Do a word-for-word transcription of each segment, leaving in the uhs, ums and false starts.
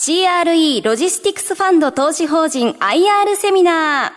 シーアールイー ロジスティクスファンド投資法人 アイアール セミナー。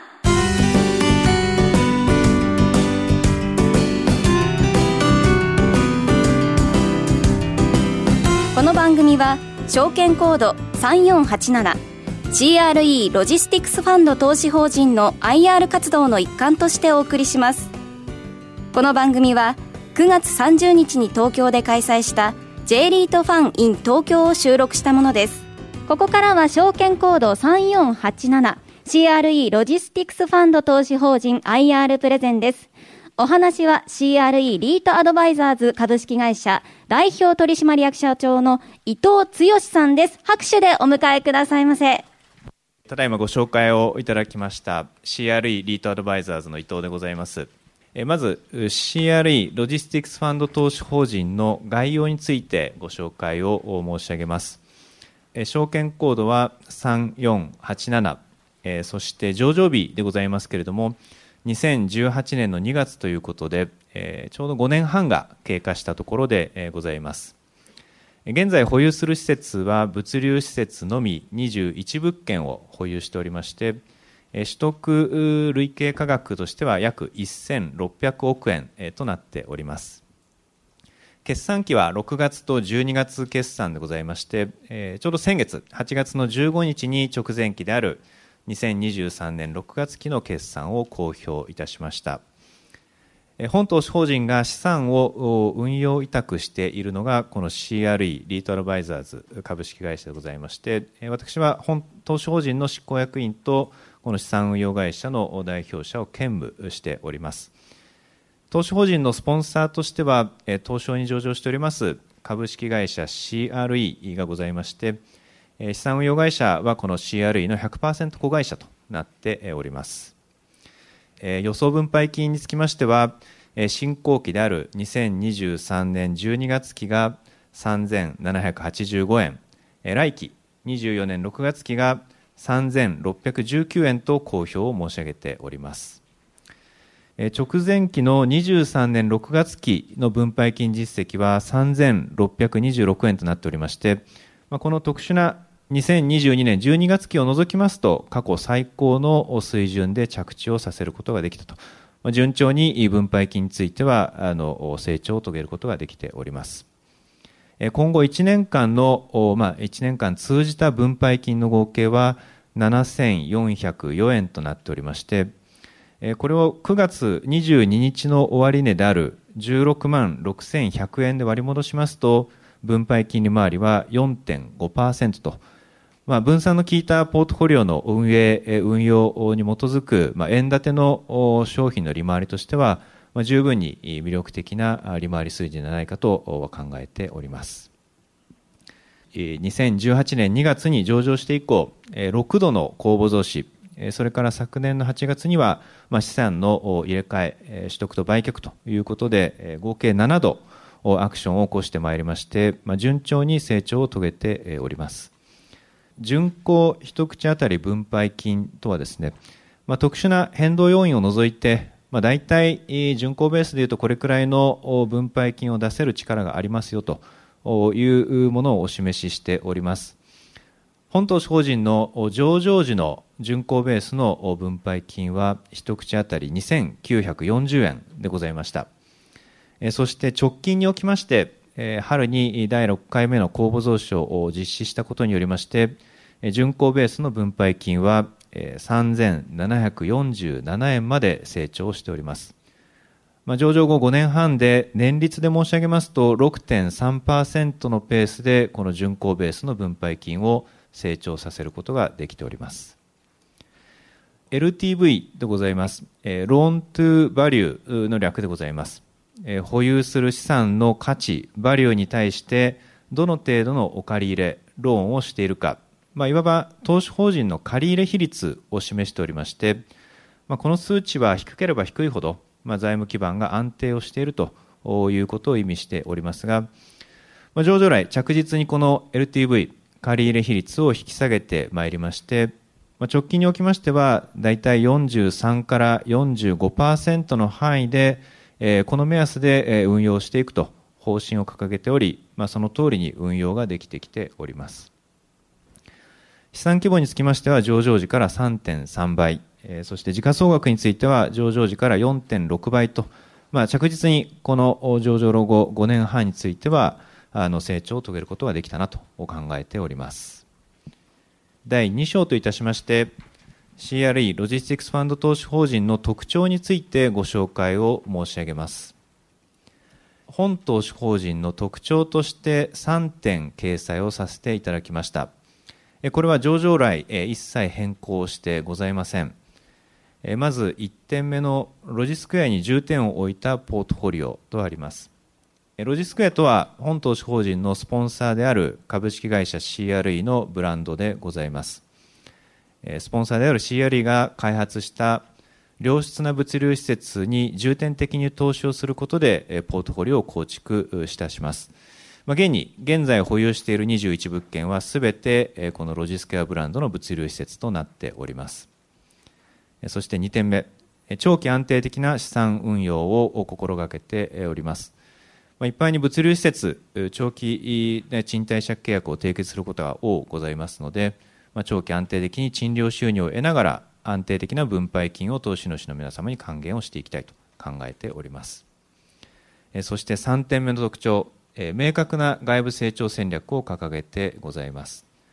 この番組は証券コードさんよんはちなな シーアールイー ロジスティクスファンド投資法人の アイアール 活動の一環としてお送りします。この番組はくがつさんじゅうにちに東京で開催した J リートファン in 東京を収録したものです。ここからは証券コードさんよんはちなな シーアールイー ロジスティクスファンド投資法人 アイアール プレゼンです。お話は シーアールイー リートアドバイザーズ株式会社代表取締役社長の伊藤剛さんです。拍手でお迎えくださいませ。 ただいまご紹介をいただきました シーアールイー リートアドバイザーズの伊藤でございます。まず シーアールイー ロジスティクスファンド投資法人の概要についてご紹介を申し上げます。証券コードはさんよんはちなな、そして上場日でございますけれどもにせんじゅうはちねんのにがつということで、ちょうどごねんはんが経過したところでございます。現在保有する施設は物流施設のみにじゅういちぶっけんを保有しておりまして、取得累計価格としては約せんろっぴゃくおくえんとなっております。決算期はろくがつとじゅうにがつ決算でございまして、ちょうど先月はちがつのじゅうごにちに直前期であるにせんにじゅうさんねんろくがつ期の決算を公表いたしました。本投資法人が資産を運用委託しているのがこの シーアールイー リートアドバイザーズ株式会社でございまして、私は本投資法人の執行役員とこの資産運用会社の代表者を兼務しております。投資法人のスポンサーとしては東証に上場しております株式会社 シーアールイー がございまして、資産運用会社はこの シーアールイー の ひゃくパーセント 子会社となっております。予想分配金につきましては、進行期であるにせんにじゅうさんねんじゅうにがつ期がさんぜんななひゃくはちじゅうごえん、来期にじゅうよねんろくがつ期がさんぜんろっぴゃくじゅうきゅうえんと公表を申し上げております。直前期のにじゅうさんねんろくがつ期の分配金実績はさんぜんろっぴゃくにじゅうろくえんとなっておりまして、この特殊なにせんにじゅうにねんじゅうにがつ期を除きますと過去最高の水準で着地をさせることができたと、順調に分配金についてはあの成長を遂げることができております。今後いちねんかんの、まあ、いちねんかん通じた分配金の合計はななせんよんひゃくよえんとなっておりまして、これをくがつにじゅうににちの終値であるじゅうろくまんろくせんひゃくえんで割り戻しますと、分配金利回りは よんてんごパーセント と、まあ、分散の効いたポートフォリオの運営、運用に基づく、まあ、円建ての商品の利回りとしては、まあ、十分に魅力的な利回り水準ではないかと考えております。にせんじゅうはちねんにがつに上場して以降、ろくどの公募増資、それから昨年のはちがつには、まあ、資産の入れ替え、取得と売却ということで、合計ななどアクションを起こしてまいりまして、まあ、順調に成長を遂げております。純効一口当たり分配金とはですね、まあ、特殊な変動要因を除いて、まあ、大体純効ベースでいうとこれくらいの分配金を出せる力がありますよというものをお示ししております。本投資法人の上場時の純効ベースの分配金は一口当たりにせんきゅうひゃくよんじゅうえんでございました。そして直近におきまして春にだいろっかいめの公募増資を実施したことによりまして純効ベースの分配金はさんぜんななひゃくよんじゅうななえんまで成長しております。まあ、上場後ごねんはんで年率で申し上げますと ろくてんさんパーセント のペースでこの純効ベースの分配金を成長させることができております。エルティーブイ でございます。ローントゥバリューの略でございます。保有する資産の価値、バリューに対してどの程度のお借り入れ、ローンをしているか、まあ、いわば投資法人の借り入れ比率を示しておりまして、まあ、この数値は低ければ低いほど、まあ、財務基盤が安定をしているということを意味しておりますが、まあ、上場来着実にこの エルティーブイ、借り入れ比率を引き下げてまいりまして、まあ、直近におきましてはだいたいよんじゅうさんからよんじゅうごパーセント の範囲で、えー、この目安で運用していくと方針を掲げており、まあ、その通りに運用ができてきております。 資産規模につきましては上場時から さんてんさんばい、えー、そして時価総額については上場時から よんてんろくばいと、まあ、着実にこの上場後ごねんはんについてはあの成長を遂げることができたなと考えております。だいに章といたしまして、シーアールイー ロジスティクスファンド投資法人の特徴についてご紹介を申し上げます。本投資法人の特徴としてさんてん掲載をさせていただきました。これは上場来一切変更してございません。まずいってんめのロジスクエアに重点を置いたポートフォリオとあります。ロジスクエアとは本投資法人のスポンサーである株式会社 シーアールイー のブランドでございます。スポンサーである シーアールイー が開発した良質な物流施設に重点的に投資をすることでポートフォリオを構築いたします。現に現在保有しているにじゅういちぶっけんはすべてこのロジスクエアブランドの物流施設となっております。そしてにてんめ、長期安定的な資産運用を心がけております。一般に物流施設、長期賃貸借契約を締結することが多くございますので、長期安定的に賃料収入を得ながら安定的な分配金を投資主の皆様に還元をしていきたいと考えております。そしてさんてんめの特徴、明確な外部成長戦略を掲げてございます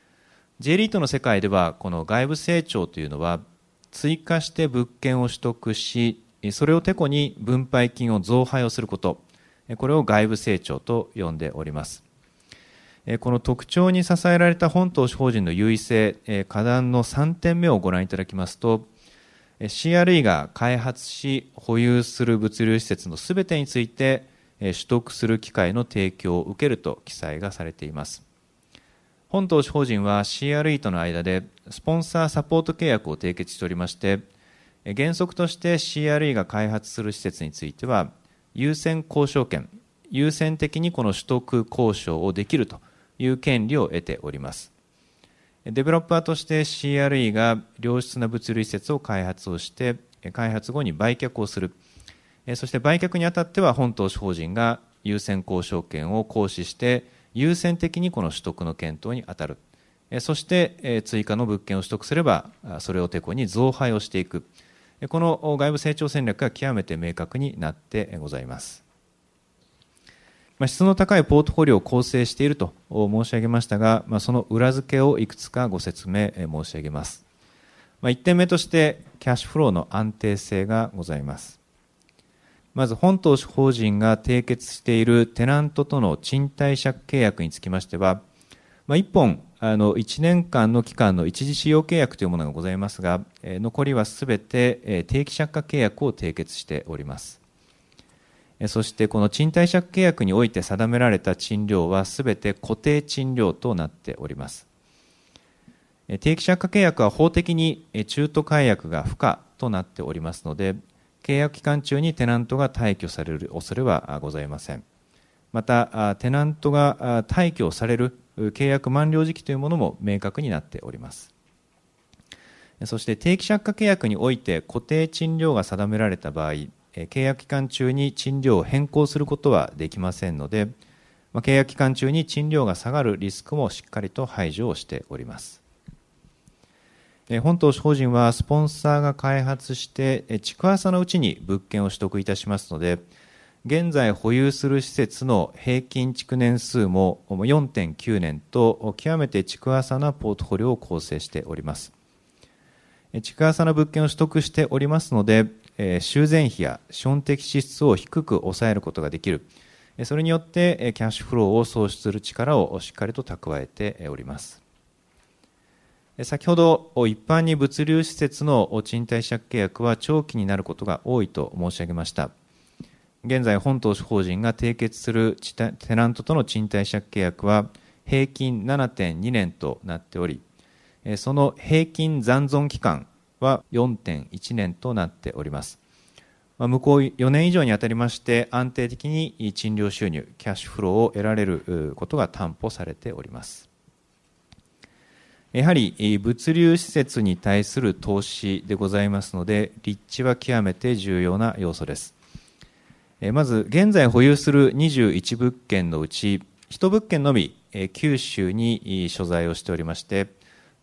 。J リートの世界ではこの外部成長というのは追加して物件を取得し、それをてこに分配金を増配をすること、これを外部成長と呼んでおります。この特徴に支えられた本投資法人の優位性、課題のさんてんめをご覧いただきますと、シーアールイー が開発し保有する物流施設のすべてについて取得する機会の提供を受けると記載がされています。本投資法人は シーアールイー との間でスポンサーサポート契約を締結しておりまして、原則として シーアールイー が開発する施設については優先交渉権、優先的にこの取得交渉をできるという権利を得ております。デベロッパーとして シーアールイー が良質な物流施設を開発をして、開発後に売却をする。そして売却にあたっては本投資法人が優先交渉権を行使して優先的にこの取得の検討に当たる。そして追加の物件を取得すればそれをてこに増配をしていく。この外部成長戦略が極めて明確になってございます。質の高いポートフォリオを構成していると申し上げましたが、その裏付けをいくつかご説明申し上げます。いってんめとしてキャッシュフローの安定性がございます。まず本投資法人が締結しているテナントとの賃貸借契約につきましては、いっぽんあのいちねんかんの期間の一時使用契約というものがございますが、残りはすべて定期借家契約を締結しております。そしてこの賃貸借契約において定められた賃料はすべて固定賃料となっております。定期借家契約は法的に中途解約が不可となっておりますので、契約期間中にテナントが退去される恐れはございません。また、テナントが退去される契約満了時期というものも明確になっております。そして定期借家契約において固定賃料が定められた場合、契約期間中に賃料を変更することはできませんので、契約期間中に賃料が下がるリスクもしっかりと排除をしております。本投資法人はスポンサーが開発して築浅のうちに物件を取得いたしますので、現在保有する施設の平均築年数も よんてんきゅうねんと極めて築浅なポートフォリオを構成しております。築浅な物件を取得しておりますので、修繕費や資本的支出を低く抑えることができる。それによってキャッシュフローを創出する力をしっかりと蓄えております。先ほど一般に物流施設の賃貸借契約は長期になることが多いと申し上げました。現在本投資法人が締結するテナントとの賃貸借契約は平均 ななてんにねんとなっており、その平均残存期間は よんてんいちねんとなっております。向こうよねん以上にあたりまして安定的に賃料収入、キャッシュフローを得られることが担保されております。やはり物流施設に対する投資でございますので、立地は極めて重要な要素です。まず現在保有するにじゅういちぶっけんのうちいちぶっけんのみ九州に所在をしておりまして、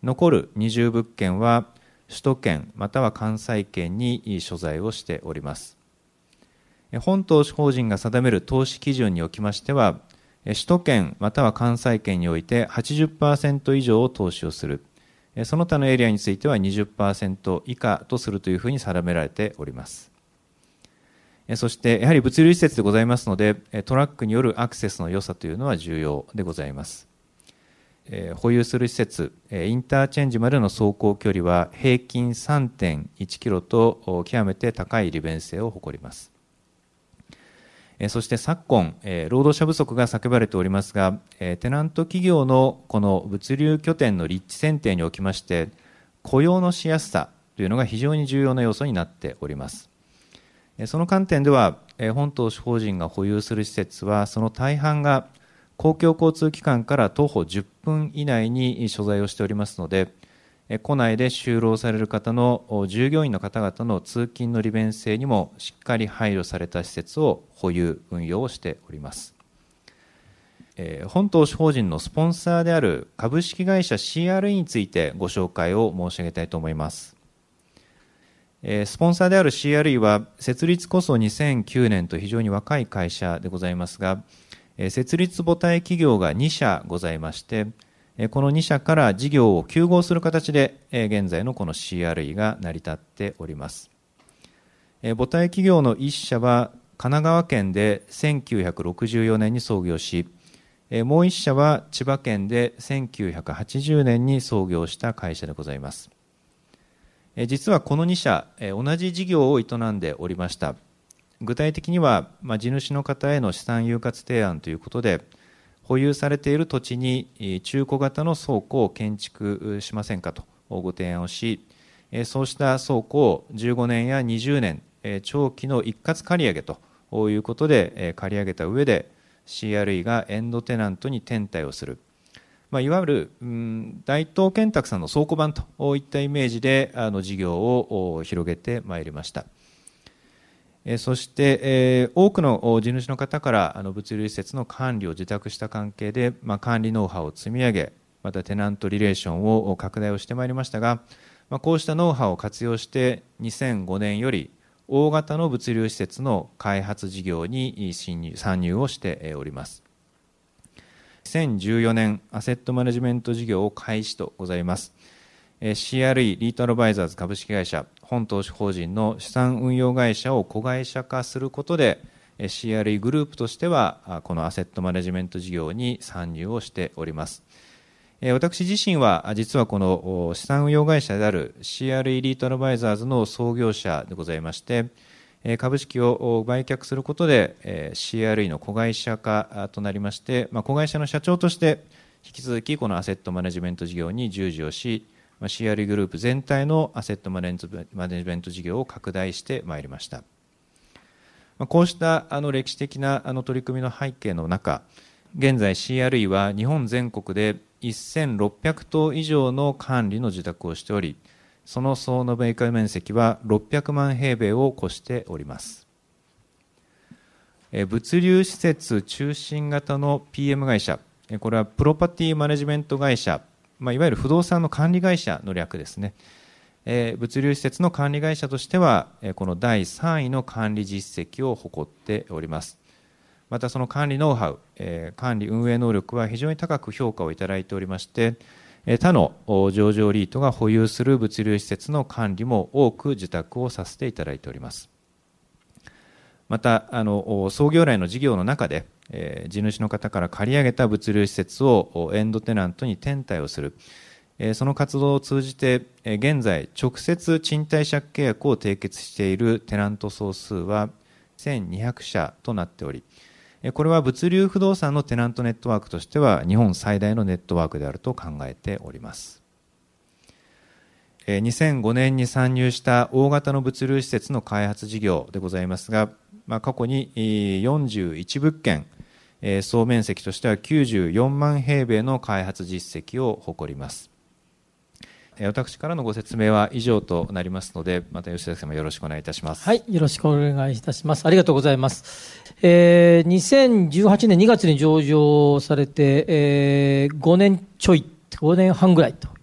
残るにじゅうぶっけんは首都圏または関西圏に所在をしております。本投資法人が定める投資基準におきましては、首都圏または関西圏において はちじゅっパーセント 以上を投資をする、その他のエリアについては にじゅっパーセント 以下とするというふうに定められております。そしてやはり物流施設でございますので、トラックによるアクセスの良さというのは重要でございます。保有する施設、インターチェンジまでの走行距離は平均 さんてんいちキロと極めて高い利便性を誇ります。そして昨今、労働者不足が叫ばれておりますが、テナント企業のこの物流拠点の立地選定におきまして、雇用のしやすさというのが非常に重要な要素になっております。その観点では、本投資法人が保有する施設は、その大半が公共交通機関から徒歩じゅっぷん以内に所在をしておりますので、庫内で就労される方の従業員の方々の通勤の利便性にもしっかり配慮された施設を保有運用をしております。本投資法人のスポンサーである株式会社 シーアールイー についてご紹介を申し上げたいと思います。スポンサーである シーアールイー は設立こそにせんきゅうねんと非常に若い会社でございますが、設立母体企業がにしゃございまして、このにしゃから事業を競合する形で現在のこの シーアールイー が成り立っております。母体企業のいっしゃは神奈川県でせんきゅうひゃくろくじゅうよねんに創業し、もういっしゃは千葉県でせんきゅうひゃくはちじゅうねんに創業した会社でございます。実はこのにしゃ、同じ事業を営んでおりました。具体的には、まあ、地主の方への資産誘括提案ということで、保有されている土地に中古型の倉庫を建築しませんかとご提案をし、そうした倉庫をじゅうごねんやにじゅうねん、長期の一括借り上げということで借り上げた上で、シーアールイー がエンドテナントに転退をする、まあ、いわゆる、うん、大東建託さんの倉庫版といったイメージであの事業を広げてまいりました。そして、えー、多くの地主の方からあの物流施設の管理を受託した関係で、まあ、管理ノウハウを積み上げ、またテナントリレーションを拡大をしてまいりましたが、まあ、こうしたノウハウを活用してにせんごねんより大型の物流施設の開発事業に参入、参入をしております。にせんじゅうよねんアセットマネジメント事業を開始とございます。シーアールイー リートアドバイザーズ株式会社本投資法人の資産運用会社を子会社化することで シーアールイー グループとしてはこのアセットマネジメント事業に参入をしております。私自身は実はこの資産運用会社である シーアールイー リートアドバイザーズの創業者でございまして、株式を売却することで シーアールイー の子会社化となりまして、子会社の社長として引き続きこのアセットマネジメント事業に従事をし、シーアールイー グループ全体のアセットマネジメント事業を拡大してまいりました。こうしたあの歴史的なあの取り組みの背景の中、現在 シーアールイー は日本全国でせんろっぴゃくとう以上の管理の受託をしており、その総延べ床面積はろっぴゃくまんへいべいを超しております。物流施設中心型の ピーエム 会社、これはプロパティマネジメント会社、まあ、いわゆる不動産の管理会社の略ですね。えー、物流施設の管理会社としては、えー、このだいさんいの管理実績を誇っております。またその管理ノウハウ、えー、管理運営能力は非常に高く評価をいただいておりまして、えー、他の上場リートが保有する物流施設の管理も多く受託をさせていただいております。またあの創業来の事業の中で、えー、地主の方から借り上げた物流施設をエンドテナントに転退をする、えー、その活動を通じて、えー、現在直接賃貸借契約を締結しているテナント総数はせんにひゃくしゃとなっており、えー、これは物流不動産のテナントネットワークとしては日本最大のネットワークであると考えております。にせんごねんに参入した大型の物流施設の開発事業でございますが、まあ、過去によんじゅういちぶっけん、総面積としてはきゅうじゅうよんまんへいべいの開発実績を誇ります。私からのご説明は以上となりますので、また吉崎様よろしくお願いいたします。 はい、よろしくお願いいたします。ありがとうございます。えー、にせんじゅうはちねんにがつに上場されて、えー、ごねんちょい、ごねんはんぐらいと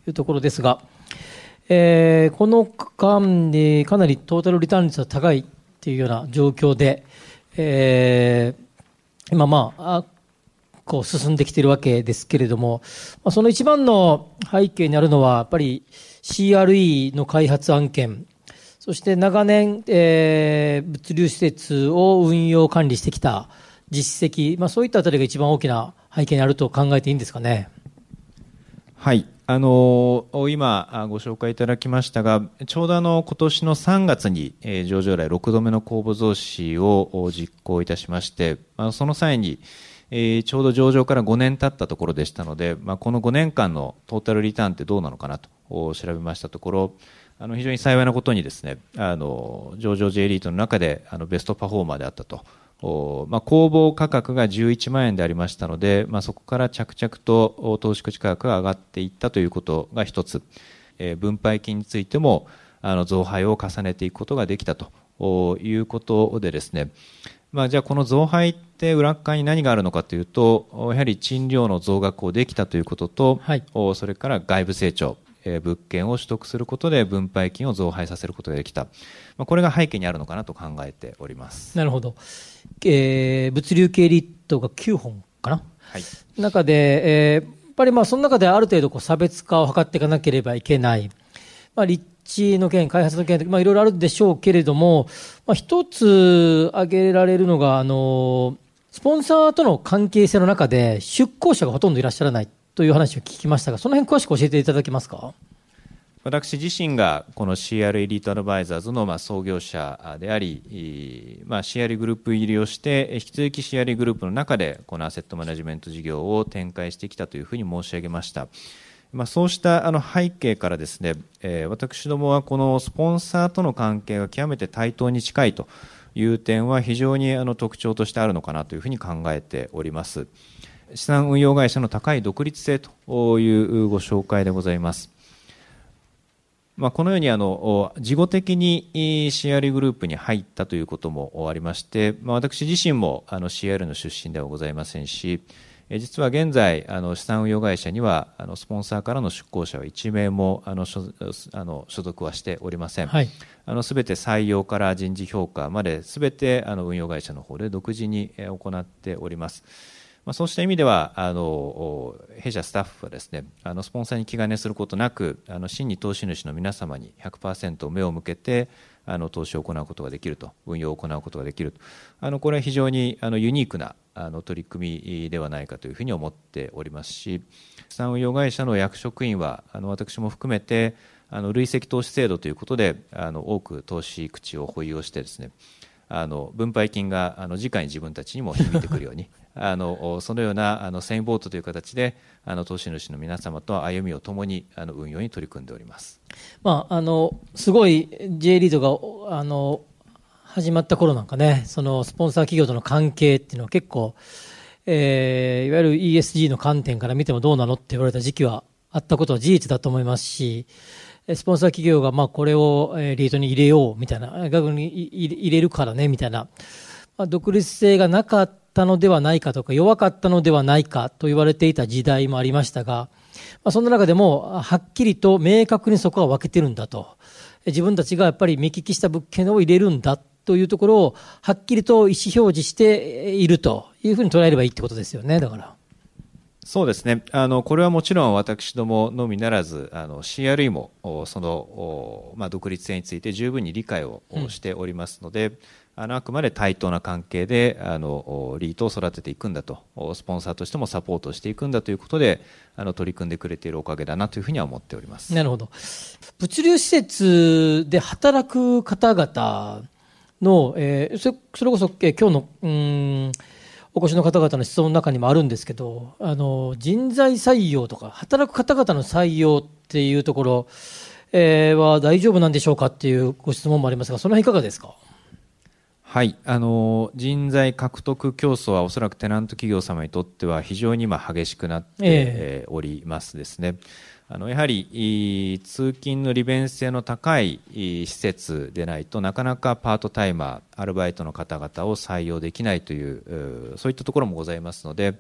いうところですが、えー、この間でかなりトータルリターン率が高いというような状況で、えー、今まあ、こう進んできているわけですけれども、その一番の背景にあるのは、やっぱり シーアールイー の開発案件、そして長年、えー、物流施設を運用管理してきた実績、まあ、そういったあたりが一番大きな背景にあると考えていいんですかね。 はい、あの今ご紹介いただきましたが、ちょうどあの今年のさんがつに、えー、上場来ろくどめの公募増資を実行いたしまして、まあ、その際に、えー、ちょうど上場からごねん経ったところでしたので、まあ、このごねんかんのトータルリターンってどうなのかなと調べましたところ、あの非常に幸いなことにですね、あの上場 J リートの中であのベストパフォーマーであったと。まあ、公募価格がじゅういちまんえんでありましたので、まあ、そこから着々と投資口価格が上がっていったということが一つ、えー、分配金についてもあの増配を重ねていくことができたということでですね、まあ、じゃあこの増配って裏側に何があるのかというと、やはり賃料の増額をできたということと、はい、それから外部成長、えー、物件を取得することで分配金を増配させることができた、まあ、これが背景にあるのかなと考えております。 なるほど。えー、物流系リットがきゅうほんかな、はい、中で、えー、やっぱりまあその中である程度こう差別化を図っていかなければいけない、まあ、立地の件、開発の件、まあ、いろいろあるでしょうけれども、まあ、一つ挙げられるのが、あのスポンサーとの関係性の中で出向者がほとんどいらっしゃらないという話を聞きましたが、その辺詳しく教えていただけますか。 私自身がこの シーアールイー リートアドバイザーズのまあ創業者であり、まあ、シーアールイー グループ入りをして引き続き シーアールイー グループの中でこのアセットマネジメント事業を展開してきたというふうに申し上げました。まあ、そうしたあの背景からですね、えー、私どもはこのスポンサーとの関係が極めて対等に近いという点は非常にあの特徴としてあるのかなというふうに考えております。資産運用会社の高い独立性というご紹介でございます。まあ、このようにあの事後的に シーアールイー グループに入ったということもありまして、まあ、私自身もあの シーアール の出身ではございませんし、実は現在あの資産運用会社にはあのスポンサーからの出向者はいちめいもあの所あの所属はしておりません。はい、あの全て採用から人事評価まで全てあの運用会社の方で独自に行っております。まあ、そうした意味ではあの弊社スタッフはですね、あのスポンサーに気兼ねすることなく、あの真に投資主の皆様に ひゃくパーセント 目を向けてあの投資を行うことができると、運用を行うことができると、あのこれは非常にあのユニークなあの取り組みではないかというふうに思っておりますし、資産運用会社の役職員はあの私も含めてあの累積投資制度ということであの多く投資口を保有をしてですね、あの分配金があの直に自分たちにも響いてくるようにあのそのようなあのセインボートという形であの投資主の皆様と歩みを共にあの運用に取り組んでおります。 まあ、あのすごい J リードがあの始まった頃なんかね、そのスポンサー企業との関係っていうのは結構、えー、いわゆる イーエスジー の観点から見てもどうなのって言われた時期はあったことは事実だと思いますし、スポンサー企業がまあこれをリートに入れようみたいな、額に入れるからねみたいな、まあ、独立性がなかったのではないかとか弱かったのではないかと言われていた時代もありましたが、まあ、そんな中でもはっきりと明確にそこは分けてるんだと、自分たちがやっぱり目利きした物件を入れるんだというところをはっきりと意思表示しているというふうに捉えればいいってことですよね。だからそうですね、あのこれはもちろん私どものみならずあの シーアールイー もその、まあ、独立性について十分に理解をしておりますので、うん、あのあくまで対等な関係であのリートを育てていくんだと、スポンサーとしてもサポートしていくんだということであの取り組んでくれているおかげだなというふうには思っております。 なるほど。物流施設で働く方々の、えー、そ, それこそ、えー、今日のうーんお越しの方々の質問の中にもあるんですけど、あの人材採用とか働く方々の採用っていうところ、えー、は大丈夫なんでしょうかっていうご質問もありますが、その辺いかがですか。 はい、あの人材獲得競争はおそらくテナント企業様にとっては非常に今激しくなっておりますですね。えーあのやはり通勤の利便性の高い施設でないとなかなかパートタイマー、アルバイトの方々を採用できないというそういったところもございますので、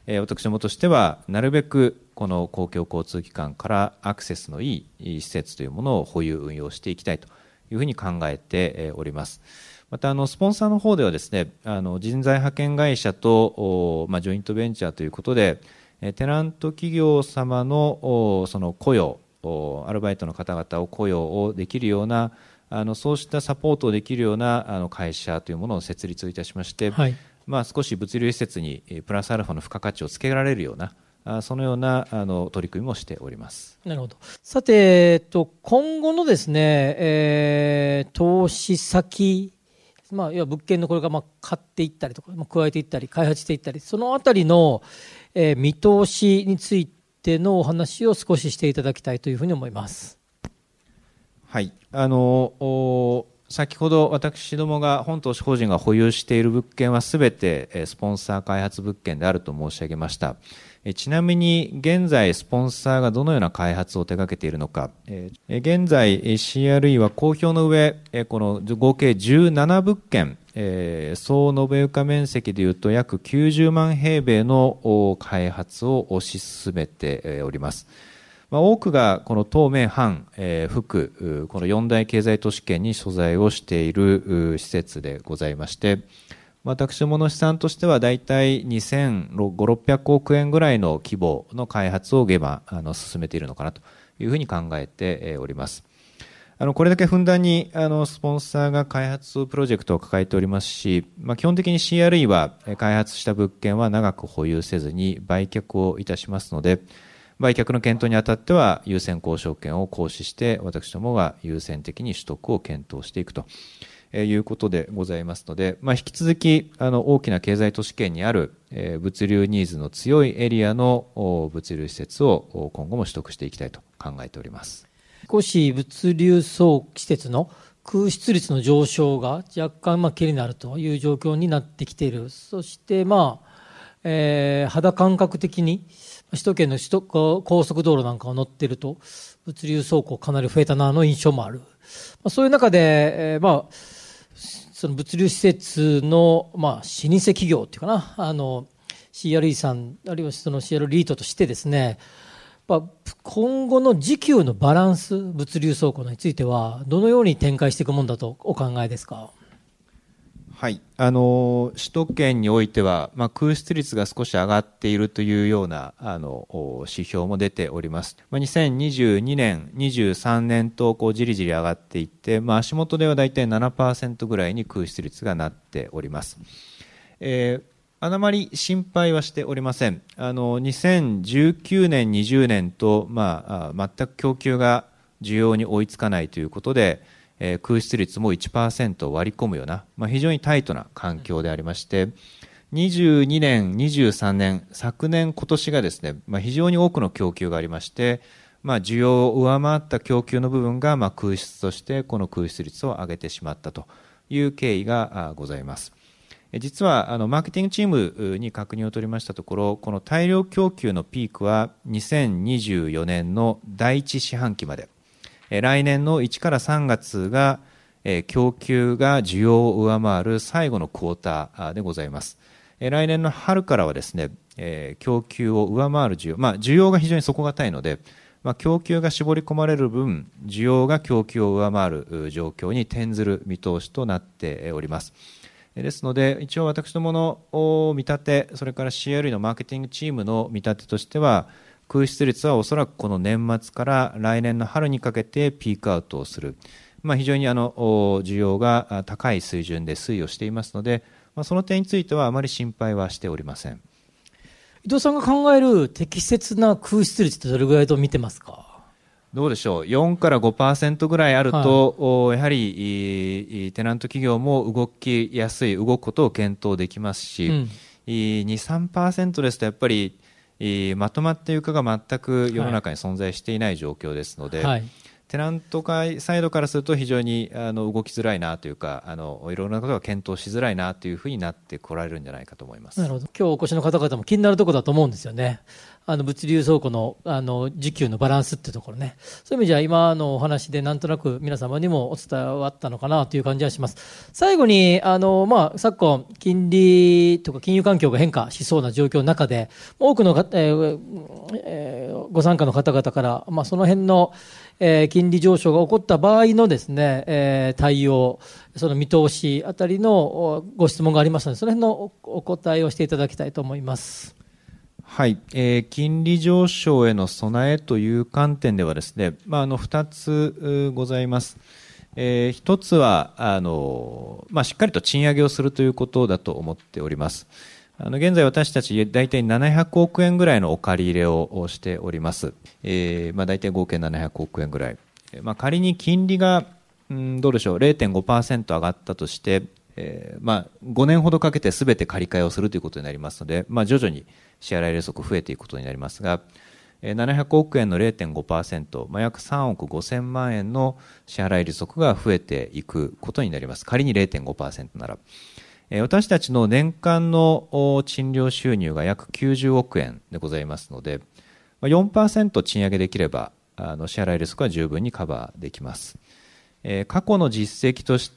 えー、私どもとしてはなるべくこの公共交通機関からアクセスのいい施設というものを保有運用していきたいというふうに考えております。またあのスポンサーの方ではですね、あの人材派遣会社と、まあ、ジョイントベンチャーということでテナント企業様のその雇用、アルバイトの方々を雇用をできるようなあのそうしたサポートをできるようなあの会社というものを設立いたしまして、はい、まあ、少し物流施設にプラスアルファの付加価値をつけられるようなあそのようなあの取り組みもしております。 なるほど。さて、えっと、今後のですね、えー、投資先、まあ、要は物件のこれがまあ買っていったりとか、まあ、加えていったり開発していったり、そのあたりの、えー、見通しについてのお話を少ししていただきたいというふうに思います。 はい、あの先ほど私どもが本投資法人が保有している物件はすべてスポンサー開発物件であると申し上げました。ちなみに現在スポンサーがどのような開発を手掛けているのか、現在 シーアールイー は公表の上この合計じゅうなな物件、総延べ床面積でいうと約きゅうじゅうまん平米の開発を推し進めております。まあ、多くがこの東名阪、えー、福、この四大経済都市圏に所在をしている施設でございまして、私どもの試算としてはだいたいにせんごひゃく、ろっぴゃくおくえんぐらいの規模の開発を今あの進めているのかなというふうに考えております。あのこれだけふんだんにあのスポンサーが開発プロジェクトを抱えておりますし、まあ、基本的に シーアールイー は開発した物件は長く保有せずに売却をいたしますので、売却の検討にあたっては優先交渉権を行使して私どもが優先的に取得を検討していくということでございますので、まあ、引き続きあの大きな経済都市圏にある物流ニーズの強いエリアの物流施設を今後も取得していきたいと考えております。 少し物流倉施設の空室率の上昇が若干まあ気になるという状況になってきている。そしてまあ、えー、肌感覚的に首都圏の首都高速道路なんかを乗っていると物流倉庫かなり増えたなの印象もある。まあ、そういう中で、えー、まあその物流施設のまあ老舗企業っていうかな、あの シーアールイー さんあるいはその シーアール リートとしてですね、まあ、今後の需給のバランス、物流倉庫についてはどのように展開していくものだとお考えですか。 はい、あの首都圏においては、まあ、空室率が少し上がっているというようなあの指標も出ております。まあ、にせんにじゅうにねん、にじゅうさんねんとこうじりじり上がっていって、まあ、足元ではだいたい ななパーセント ぐらいに空室率がなっております。えー、あまり心配はしておりません。あのにせんじゅうきゅうねん、にじゅうねんと、まあ、全く供給が需要に追いつかないということで、えー、空室率も いちパーセント 割り込むような、まあ、非常にタイトな環境でありまして、にじゅうにねん、にじゅうさんねん、昨年、今年がですね、まあ、非常に多くの供給がありまして、まあ、需要を上回った供給の部分が、まあ、空室としてこの空室率を上げてしまったという経緯がございます。実はあのマーケティングチームに確認を取りましたところ、この大量供給のピークはにせんにじゅうよねんのだいいち四半期まで、来年のいちからさんがつが供給が需要を上回る最後のクォーターでございます。来年の春からはですね、供給を上回る需要、まあ、需要が非常に底堅いので、まあ、供給が絞り込まれる分、需要が供給を上回る状況に転ずる見通しとなっております。ですので、一応私どもの見立て、それから シーアールイー のマーケティングチームの見立てとしては、空室率はおそらくこの年末から来年の春にかけてピークアウトをする、まあ、非常にあの需要が高い水準で推移をしていますので、まあ、その点についてはあまり心配はしておりません。 伊藤さんが考える適切な空室率ってどれぐらいと見てますか。 どうでしょう、よんからごパーセント ぐらいあると、はい、やはりテナント企業も動きやすい、動くことを検討できますし、うん、に、さんパーセント ですとやっぱりまとまった床が全く世の中に存在していない状況ですので、はい、 テナント会サイドからすると非常にあの動きづらいなというか、あのいろいろなことが検討しづらいなというふうになってこられるんじゃないかと思います。 なるほど。今日お越しの方々も気になるところだと思うんですよね。あの物流倉庫のあの需給のバランスっていうところね。そういう意味じゃ今のお話でなんとなく皆様にもお伝わったのかなという感じはします。最後にあの、まあ、昨今金利とか金融環境が変化しそうな状況の中で多くの、えーえー、ご参加の方々から、まあ、その辺のえー、金利上昇が起こった場合のですね、えー、対応、その見通しあたりのご質問がありますので、その辺のお答えをしていただきたいと思います。 はい、えー、金利上昇への備えという観点ではですね、まあ、あのふたつございます。えー、ひとつはあの、まあ、しっかりと賃上げをするということだと思っております。あの現在私たち大体ななひゃくおくえんぐらいのお借り入れをしております。えー、まあ大体合計ななひゃくおくえんぐらい。まあ仮に金利が、うん、どうでしょう、れいてんごパーセント 上がったとして、えー、まあごねんほどかけて全て借り換えをするということになりますので、まあ徐々に支払い利息増えていくことになりますが、ななひゃくおくえんの れいてんごパーセント、まあ、約さんおくごせんまんえんの支払い利息が増えていくことになります。仮に れいてんごパーセント なら。私たちの年間の賃料収入が約きゅうじゅうおくえんでございますので、よんパーセント 賃上げできれば、あの支払い利息は十分にカバーできます。過去の実績として、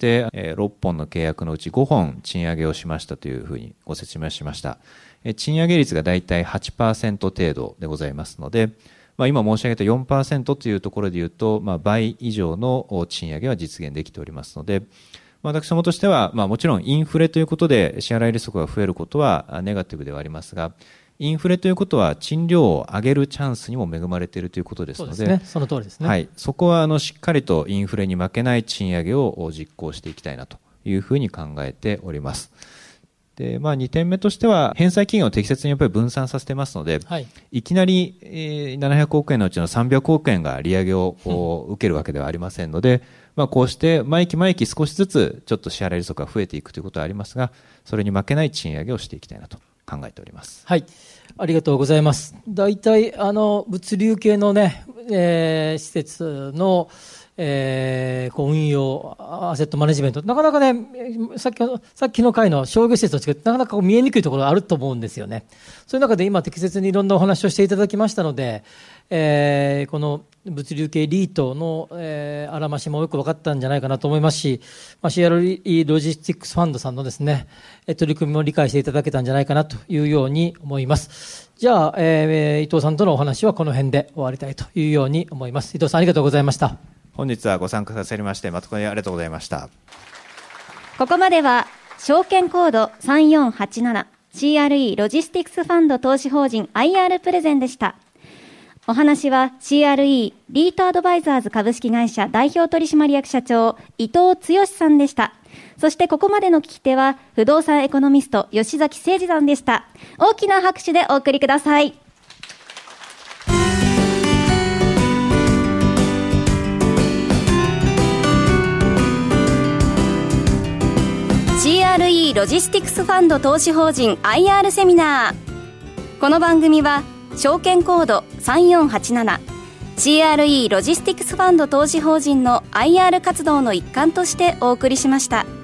ろっぽんの契約のうちごほん賃上げをしましたというふうにご説明しました。賃上げ率がだいたい はちパーセント 程度でございますので、まあ、今申し上げた よんパーセント というところでいうと、まあ、倍以上の賃上げは実現できておりますので、私どもとしては、まあ、もちろんインフレということで支払い利息が増えることはネガティブではありますが、インフレということは賃料を上げるチャンスにも恵まれているということですので、 そうですね、その通りですね。 はい、そこはあのしっかりとインフレに負けない賃上げを実行していきたいなというふうに考えております。で、まあ、にてんめとしては返済期限を適切にやっぱり分散させてますので、はい、いきなり、えー、ななひゃくおくえんのうちのさんびゃくおくえんが利上げを、うん、受けるわけではありませんので、まあ、こうして毎期毎期少しずつちょっと支払い利息が増えていくということはありますが、それに負けない賃上げをしていきたいなと考えております。 はい、ありがとうございます。大体あの物流系のね、えー、施設のえー、こう運用、アセットマネジメント、なかなかね、さっきの、さっきの回の商業施設と違って、なかなかこう見えにくいところがあると思うんですよね。そういう中で今適切にいろんなお話をしていただきましたので、えー、この物流系リートの、えー、あらましもよく分かったんじゃないかなと思いますし、まあ、シーアールイー ロジスティックスファンドさんのですね、取り組みも理解していただけたんじゃないかなというように思います。じゃあ、えー、伊藤さんとのお話はこの辺で終わりたいというように思います。伊藤さん、ありがとうございました。 本日はご参加させまして誠にありがとうございました。 ここまでは証券コードさんよんはちなな シーアールイー ロジスティクスファンド投資法人 アイアール プレゼンでした。お話は シーアールイー リートアドバイザーズ株式会社代表取締役社長伊藤剛さんでした。そしてここまでの聞き手は不動産エコノミスト吉崎誠二さんでした。大きな拍手でお送りください。シーアールイー ロジスティクスファンド投資法人 アイアール セミナー。この番組は証券コードさんよんはちなな シーアールイー ロジスティクスファンド投資法人の アイアール 活動の一環としてお送りしました。